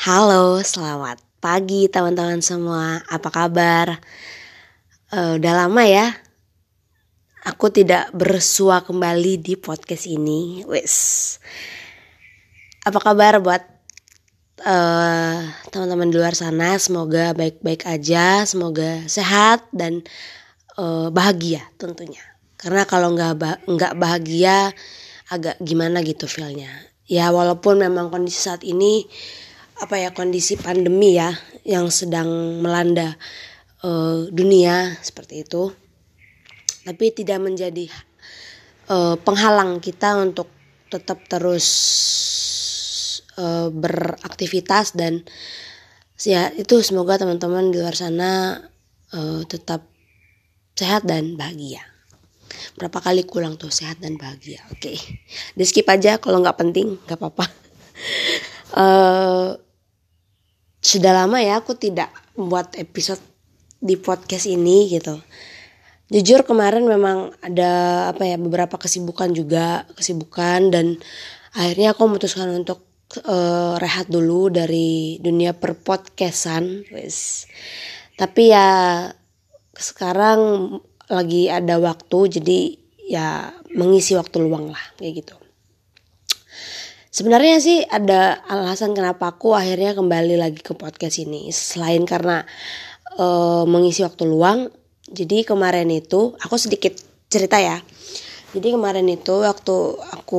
Halo, selamat pagi teman-teman semua. Apa kabar? Udah lama ya aku tidak bersua kembali di podcast ini. Apa kabar buat teman-teman di luar sana? Semoga baik-baik aja, semoga sehat dan bahagia tentunya. Karena kalau nggak bahagia agak gimana gitu feelnya. Ya walaupun memang kondisi saat ini kondisi pandemi ya yang sedang melanda dunia seperti itu, tapi tidak menjadi penghalang kita untuk tetap terus beraktivitas dan ya itu semoga teman-teman di luar sana tetap sehat dan bahagia. Berapa kali kulang tuh sehat dan bahagia. Oke. Di skip aja kalau nggak penting, nggak apa-apa. Sudah lama ya aku tidak membuat episode di podcast ini gitu. Jujur kemarin memang ada beberapa kesibukan dan akhirnya aku memutuskan untuk rehat dulu dari dunia perpodcastan. Tapi ya sekarang lagi ada waktu, jadi ya mengisi waktu luang lah kayak gitu. Sebenarnya sih ada alasan kenapa aku akhirnya kembali lagi ke podcast ini. Selain karena mengisi waktu luang. Jadi kemarin itu aku sedikit cerita ya. Jadi kemarin itu waktu aku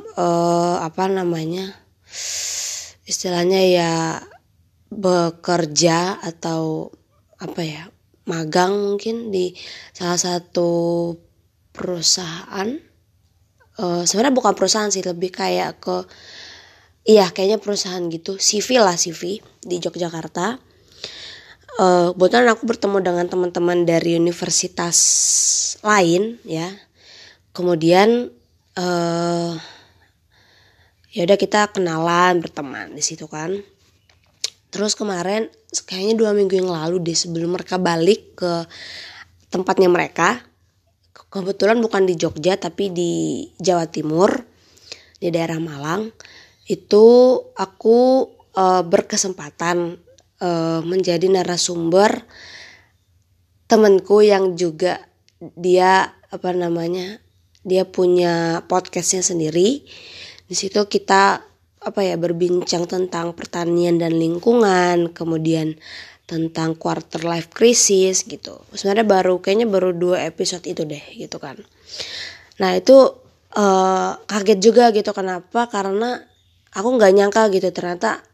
istilahnya ya bekerja atau magang mungkin di salah satu perusahaan. Sebenarnya bukan perusahaan sih, lebih kayak kayaknya perusahaan gitu, CV di Yogyakarta. Kebetulan aku bertemu dengan teman-teman dari universitas lain ya. Kemudian ya udah kita kenalan, berteman di situ kan. Terus kemarin kayaknya 2 minggu yang lalu deh, sebelum mereka balik ke tempatnya mereka. Kebetulan bukan di Jogja tapi di Jawa Timur, di daerah Malang. Itu aku berkesempatan menjadi narasumber temanku yang juga dia dia punya podcastnya sendiri. Di situ kita berbincang tentang pertanian dan lingkungan, kemudian tentang quarter life crisis gitu. Sebenarnya kayaknya baru 2 episode itu deh gitu kan. Nah itu kaget juga gitu. Kenapa? Karena aku nggak nyangka gitu ternyata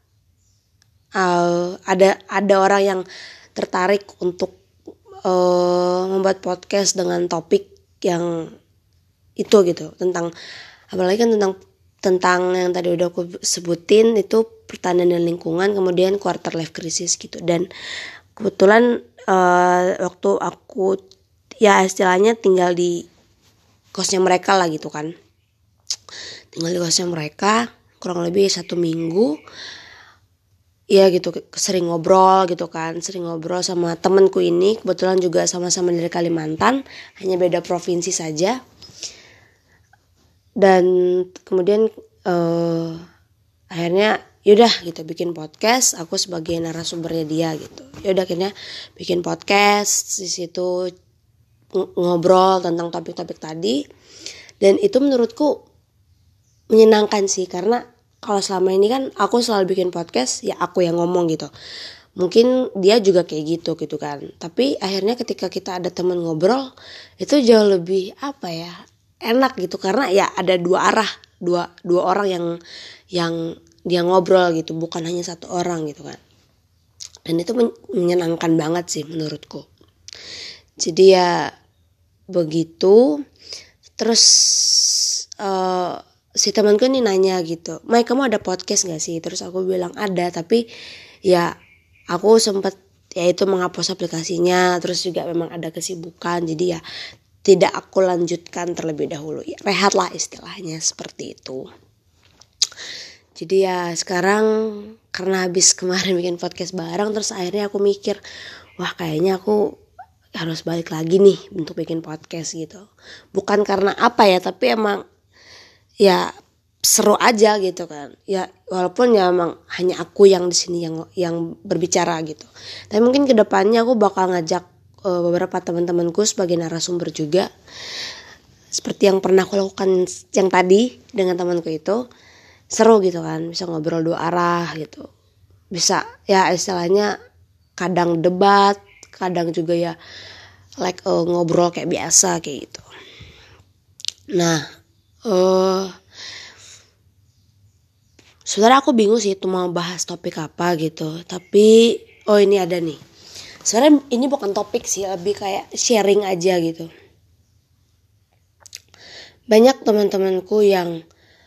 ada orang yang tertarik untuk membuat podcast dengan topik yang itu gitu, tentang apalagi kan tentang yang tadi udah aku sebutin itu pertanian dan lingkungan, kemudian quarter life crisis gitu. Dan kebetulan waktu aku ya istilahnya tinggal di kosnya mereka lah gitu kan, tinggal di kosnya mereka kurang lebih 1 minggu ya gitu, sering ngobrol sama temanku ini. Kebetulan juga sama-sama dari Kalimantan, hanya beda provinsi saja. Dan kemudian akhirnya yaudah gitu bikin podcast, aku sebagai narasumbernya dia gitu. Yaudah akhirnya bikin podcast di situ, ngobrol tentang topik-topik tadi. Dan itu menurutku menyenangkan sih, karena kalau selama ini kan aku selalu bikin podcast ya aku yang ngomong gitu. Mungkin dia juga kayak gitu kan. Tapi akhirnya ketika kita ada teman ngobrol, itu jauh lebih enak gitu, karena ya ada dua orang yang dia ngobrol gitu, bukan hanya satu orang gitu kan. Dan itu menyenangkan banget sih menurutku. Jadi ya begitu. Terus si temanku ini nanya gitu, "Mai, kamu ada podcast gak sih?" Terus aku bilang ada, tapi ya aku sempat yaitu menghapus aplikasinya. Terus juga memang ada kesibukan, jadi ya tidak aku lanjutkan terlebih dahulu, ya rehat lah istilahnya seperti itu. Jadi ya sekarang karena habis kemarin bikin podcast bareng, terus akhirnya aku mikir, wah kayaknya aku harus balik lagi nih untuk bikin podcast gitu. Bukan karena tapi emang ya seru aja gitu kan. Ya walaupun ya emang hanya aku yang di sini yang berbicara gitu. Tapi mungkin kedepannya aku bakal ngajak beberapa teman-temanku sebagai narasumber juga. Seperti yang pernah aku lakukan yang tadi dengan temanku itu. Seru gitu kan, bisa ngobrol dua arah gitu. Bisa ya istilahnya kadang debat, kadang juga ya ngobrol kayak biasa kayak gitu. Nah, sebenarnya aku bingung sih itu mau bahas topik apa gitu. Tapi ini ada nih. Sebenarnya ini bukan topik sih, lebih kayak sharing aja gitu. Banyak teman-temanku yang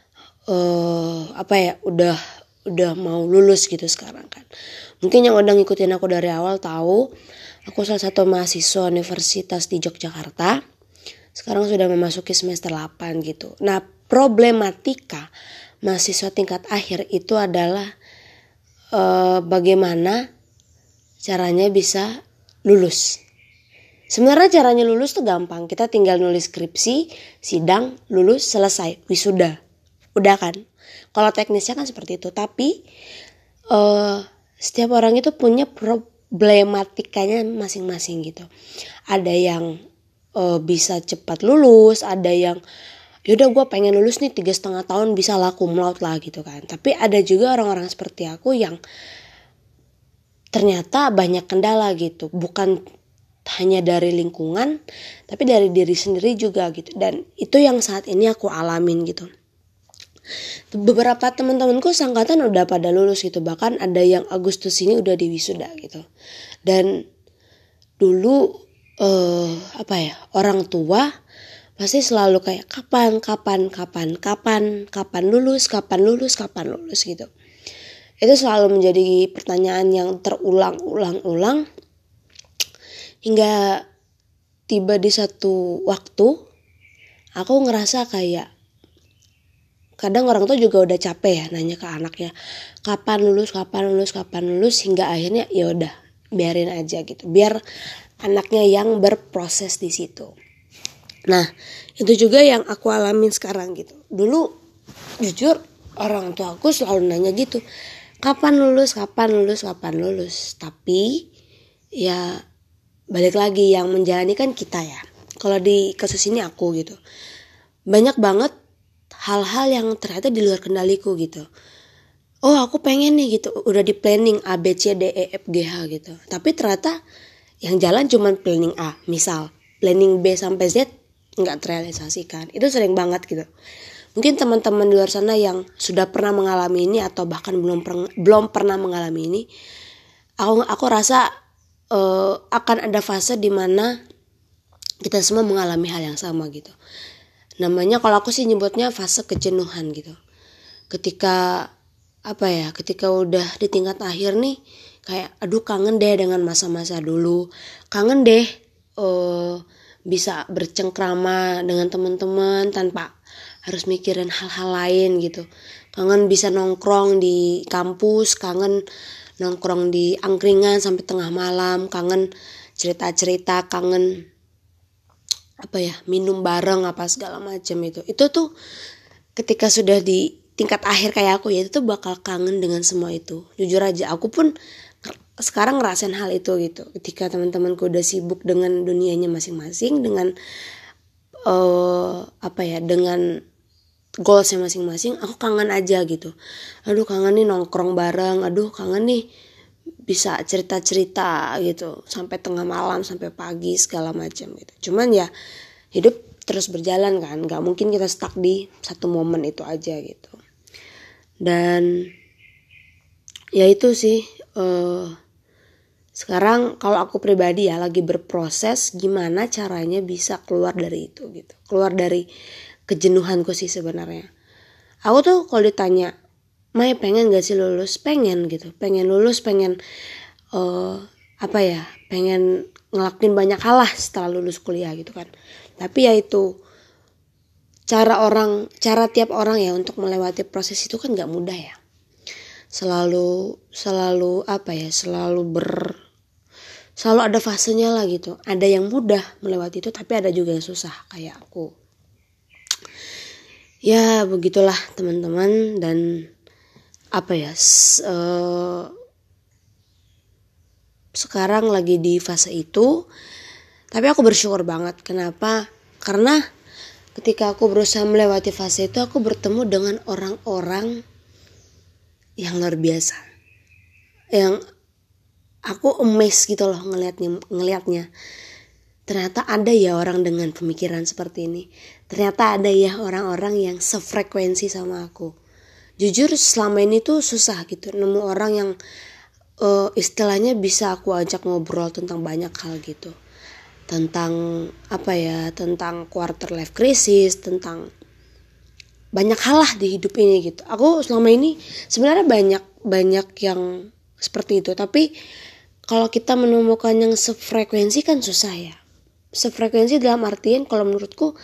udah mau lulus gitu sekarang kan. Mungkin yang udah ngikutin aku dari awal tahu aku salah satu mahasiswa universitas di Yogyakarta. Sekarang sudah memasuki semester 8 gitu. Nah, problematika mahasiswa tingkat akhir itu adalah bagaimana caranya bisa lulus. Sebenarnya caranya lulus tuh gampang. Kita tinggal nulis skripsi, sidang, lulus, selesai, wisuda. Udah kan? Kalau teknisnya kan seperti itu. Tapi setiap orang itu punya problematikanya masing-masing gitu. Ada yang bisa cepat lulus, ada yang yaudah gue pengen lulus nih 3,5 tahun bisa lah cum laude lah gitu kan. Tapi ada juga orang-orang seperti aku yang ternyata banyak kendala gitu. Bukan hanya dari lingkungan, tapi dari diri sendiri juga gitu. Dan itu yang saat ini aku alamin gitu. Beberapa teman-temanku seangkatan udah pada lulus gitu. Bahkan ada yang Agustus ini udah di wisuda gitu. Dan dulu orang tua pasti selalu kayak kapan lulus gitu. Itu selalu menjadi pertanyaan yang terulang-ulang hingga tiba di satu waktu aku ngerasa kayak kadang orang tua juga udah capek ya nanya ke anaknya kapan lulus hingga akhirnya ya udah biarin aja gitu. Biar anaknya yang berproses di situ. Nah, itu juga yang aku alamin sekarang gitu. Dulu jujur orang tua aku selalu nanya gitu. Kapan lulus? Tapi ya balik lagi yang menjalani kan kita ya. Kalau di kasus ini aku gitu. Banyak banget hal-hal yang ternyata di luar kendaliku gitu. Oh, aku pengen nih gitu. Udah di planning A, B, C, D, E, F, G, H gitu. Tapi ternyata yang jalan cuma planning A. Misal planning B sampai Z nggak terrealisasikan. Itu sering banget gitu. Mungkin teman-teman di luar sana yang sudah pernah mengalami ini atau bahkan belum pernah mengalami ini, aku rasa akan ada fase di mana kita semua mengalami hal yang sama gitu. Namanya kalau aku sih nyebutnya fase kejenuhan gitu. Ketika udah di tingkat akhir nih kayak aduh kangen deh dengan masa-masa dulu. Kangen deh bisa bercengkrama dengan teman-teman tanpa harus mikirin hal-hal lain gitu. Kangen bisa nongkrong di kampus, kangen nongkrong di angkringan sampai tengah malam, kangen cerita-cerita, kangen minum bareng apa segala macam itu. Itu tuh ketika sudah di tingkat akhir kayak aku ya itu tuh bakal kangen dengan semua itu. Jujur aja aku pun sekarang ngerasain hal itu gitu. Ketika teman-temanku udah sibuk dengan dunianya masing-masing, dengan dengan goalsnya masing-masing, aku kangen aja gitu. Aduh kangen nih nongkrong bareng, aduh kangen nih bisa cerita-cerita gitu sampai tengah malam sampai pagi segala macam gitu. Cuman ya hidup terus berjalan kan, nggak mungkin kita stuck di satu momen itu aja gitu. Dan ya itu sih sekarang kalau aku pribadi ya lagi berproses gimana caranya bisa keluar dari itu gitu, keluar dari kejenuhanku sih sebenarnya. Aku tuh kalau ditanya Mai pengen gak sih lulus? Pengen gitu. Pengen lulus, pengen pengen ngelakuin banyak hal lah setelah lulus kuliah gitu kan. Tapi ya itu cara tiap orang ya untuk melewati proses itu kan gak mudah ya. Selalu ada fasenya lah gitu. Ada yang mudah melewati itu tapi ada juga yang susah kayak aku. Ya begitulah teman-teman, dan apa ya, sekarang lagi di fase itu. Tapi aku bersyukur banget. Kenapa? Karena ketika aku berusaha melewati fase itu, aku bertemu dengan orang-orang yang luar biasa, yang aku amazed gitu loh ngelihatnya. Ternyata ada ya orang dengan pemikiran seperti ini. Ternyata ada ya orang-orang yang sefrekuensi sama aku. Jujur selama ini tuh susah gitu nemu orang yang istilahnya bisa aku ajak ngobrol tentang banyak hal gitu. Tentang apa ya, tentang quarter life crisis, tentang banyak hal lah di hidup ini gitu. Aku selama ini sebenarnya banyak yang seperti itu, tapi kalau kita menemukan yang sefrekuensi kan susah ya. Sefrekuensi dalam artian kalau menurutku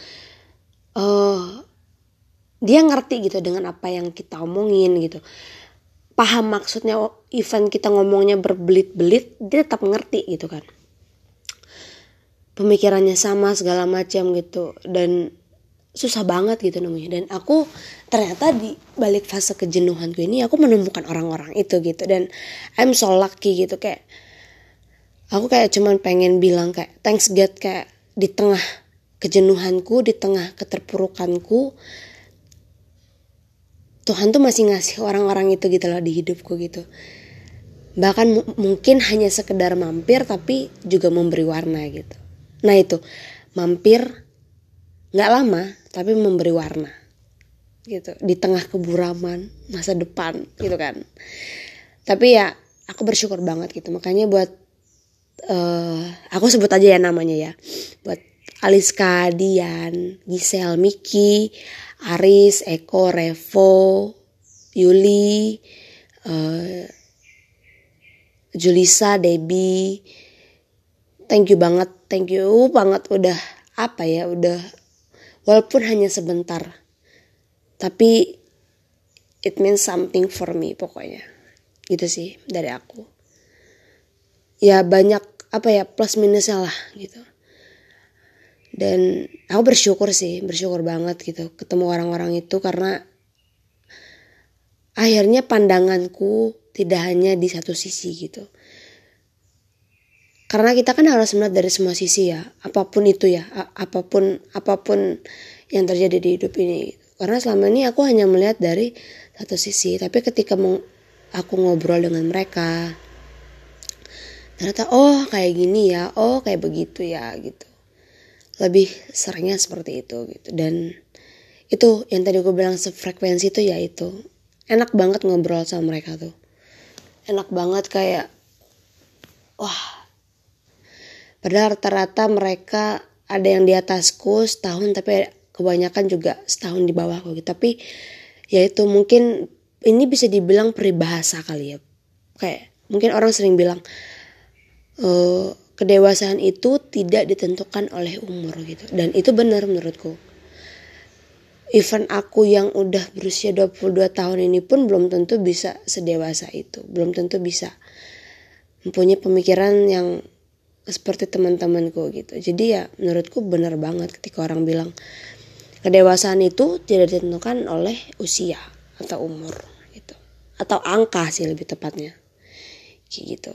dia ngerti gitu dengan apa yang kita omongin gitu. Paham maksudnya, even kita ngomongnya berbelit-belit, dia tetap ngerti gitu kan. Pemikirannya sama segala macam gitu, dan susah banget gitu nemunya. Dan aku ternyata di balik fase kejenuhanku ini aku menemukan orang-orang itu gitu, dan I'm so lucky gitu. Kayak aku kayak cuman pengen bilang kayak thanks God, kayak di tengah kejenuhanku, di tengah keterpurukanku, Tuhan tuh masih ngasih orang-orang itu gitu loh di hidupku gitu. Bahkan mungkin hanya sekedar mampir, tapi juga memberi warna gitu. Nah itu, mampir gak lama tapi memberi warna gitu di tengah keburaman masa depan gitu kan. Tapi ya aku bersyukur banget gitu. Makanya buat aku sebut aja ya namanya ya, buat Aliska, Dian, Gisel, Miki, Aris, Eko, Revo, Yuli, Julisa, Debbie, thank you banget udah apa ya, udah walaupun hanya sebentar, tapi it means something for me pokoknya. Gitu sih dari aku. Ya banyak apa ya, plus minusnya lah gitu. Dan aku bersyukur banget gitu ketemu orang-orang itu, karena akhirnya pandanganku tidak hanya di satu sisi gitu. Karena kita kan harus melihat dari semua sisi ya, apapun itu ya, apapun yang terjadi di hidup ini. Karena selama ini aku hanya melihat dari satu sisi, tapi ketika aku ngobrol dengan mereka, ternyata oh kayak gini ya, oh kayak begitu ya gitu. Lebih seringnya seperti itu gitu. Dan itu yang tadi aku bilang sefrekuensi itu ya itu. Enak banget ngobrol sama mereka tuh. Enak banget kayak wah. Padahal rata-rata mereka ada yang di atasku setahun, tapi kebanyakan juga setahun di bawahku gitu. Tapi ya itu mungkin ini bisa dibilang peribahasa kali ya. Kayak mungkin orang sering bilang kedewasaan itu tidak ditentukan oleh umur gitu. Dan itu benar menurutku. Even aku yang udah berusia 22 tahun ini pun belum tentu bisa sedewasa itu. Belum tentu bisa mempunyai pemikiran yang seperti teman-temanku gitu. Jadi ya menurutku benar banget ketika orang bilang kedewasaan itu tidak ditentukan oleh usia atau umur gitu. Atau angka sih lebih tepatnya. Kayak gitu.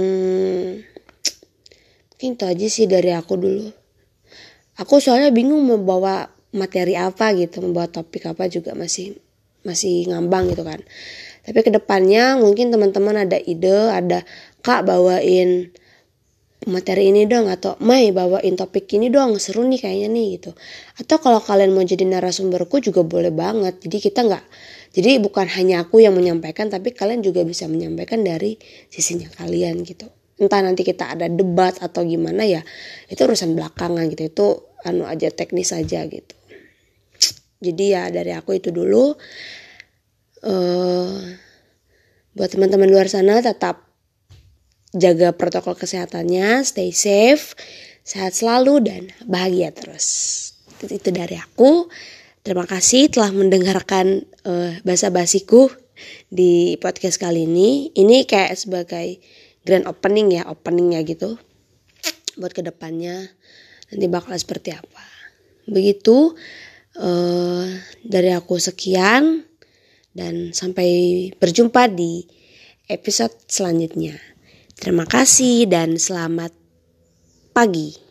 Mungkin itu aja sih dari aku dulu. Aku soalnya bingung mau bawa materi apa gitu, membawa topik apa juga masih ngambang gitu kan. Tapi kedepannya mungkin teman-teman ada ide, ada Kak bawain materi ini dong, atau Mai bawain topik ini dong, seru nih kayaknya nih gitu. Atau kalau kalian mau jadi narasumberku juga boleh banget. Jadi bukan hanya aku yang menyampaikan, tapi kalian juga bisa menyampaikan dari sisinya kalian gitu. Entah nanti kita ada debat atau gimana ya, itu urusan belakangan gitu. Itu aja teknis aja gitu. Jadi ya dari aku itu dulu. Buat teman-teman luar sana tetap jaga protokol kesehatannya, stay safe, sehat selalu dan bahagia terus. Itu dari aku. Terima kasih telah mendengarkan basa-basiku di podcast kali ini. Ini kayak sebagai grand openingnya gitu. Buat kedepannya nanti bakal seperti apa. Begitu. Dari aku sekian, dan sampai berjumpa di episode selanjutnya. Terima kasih dan selamat pagi.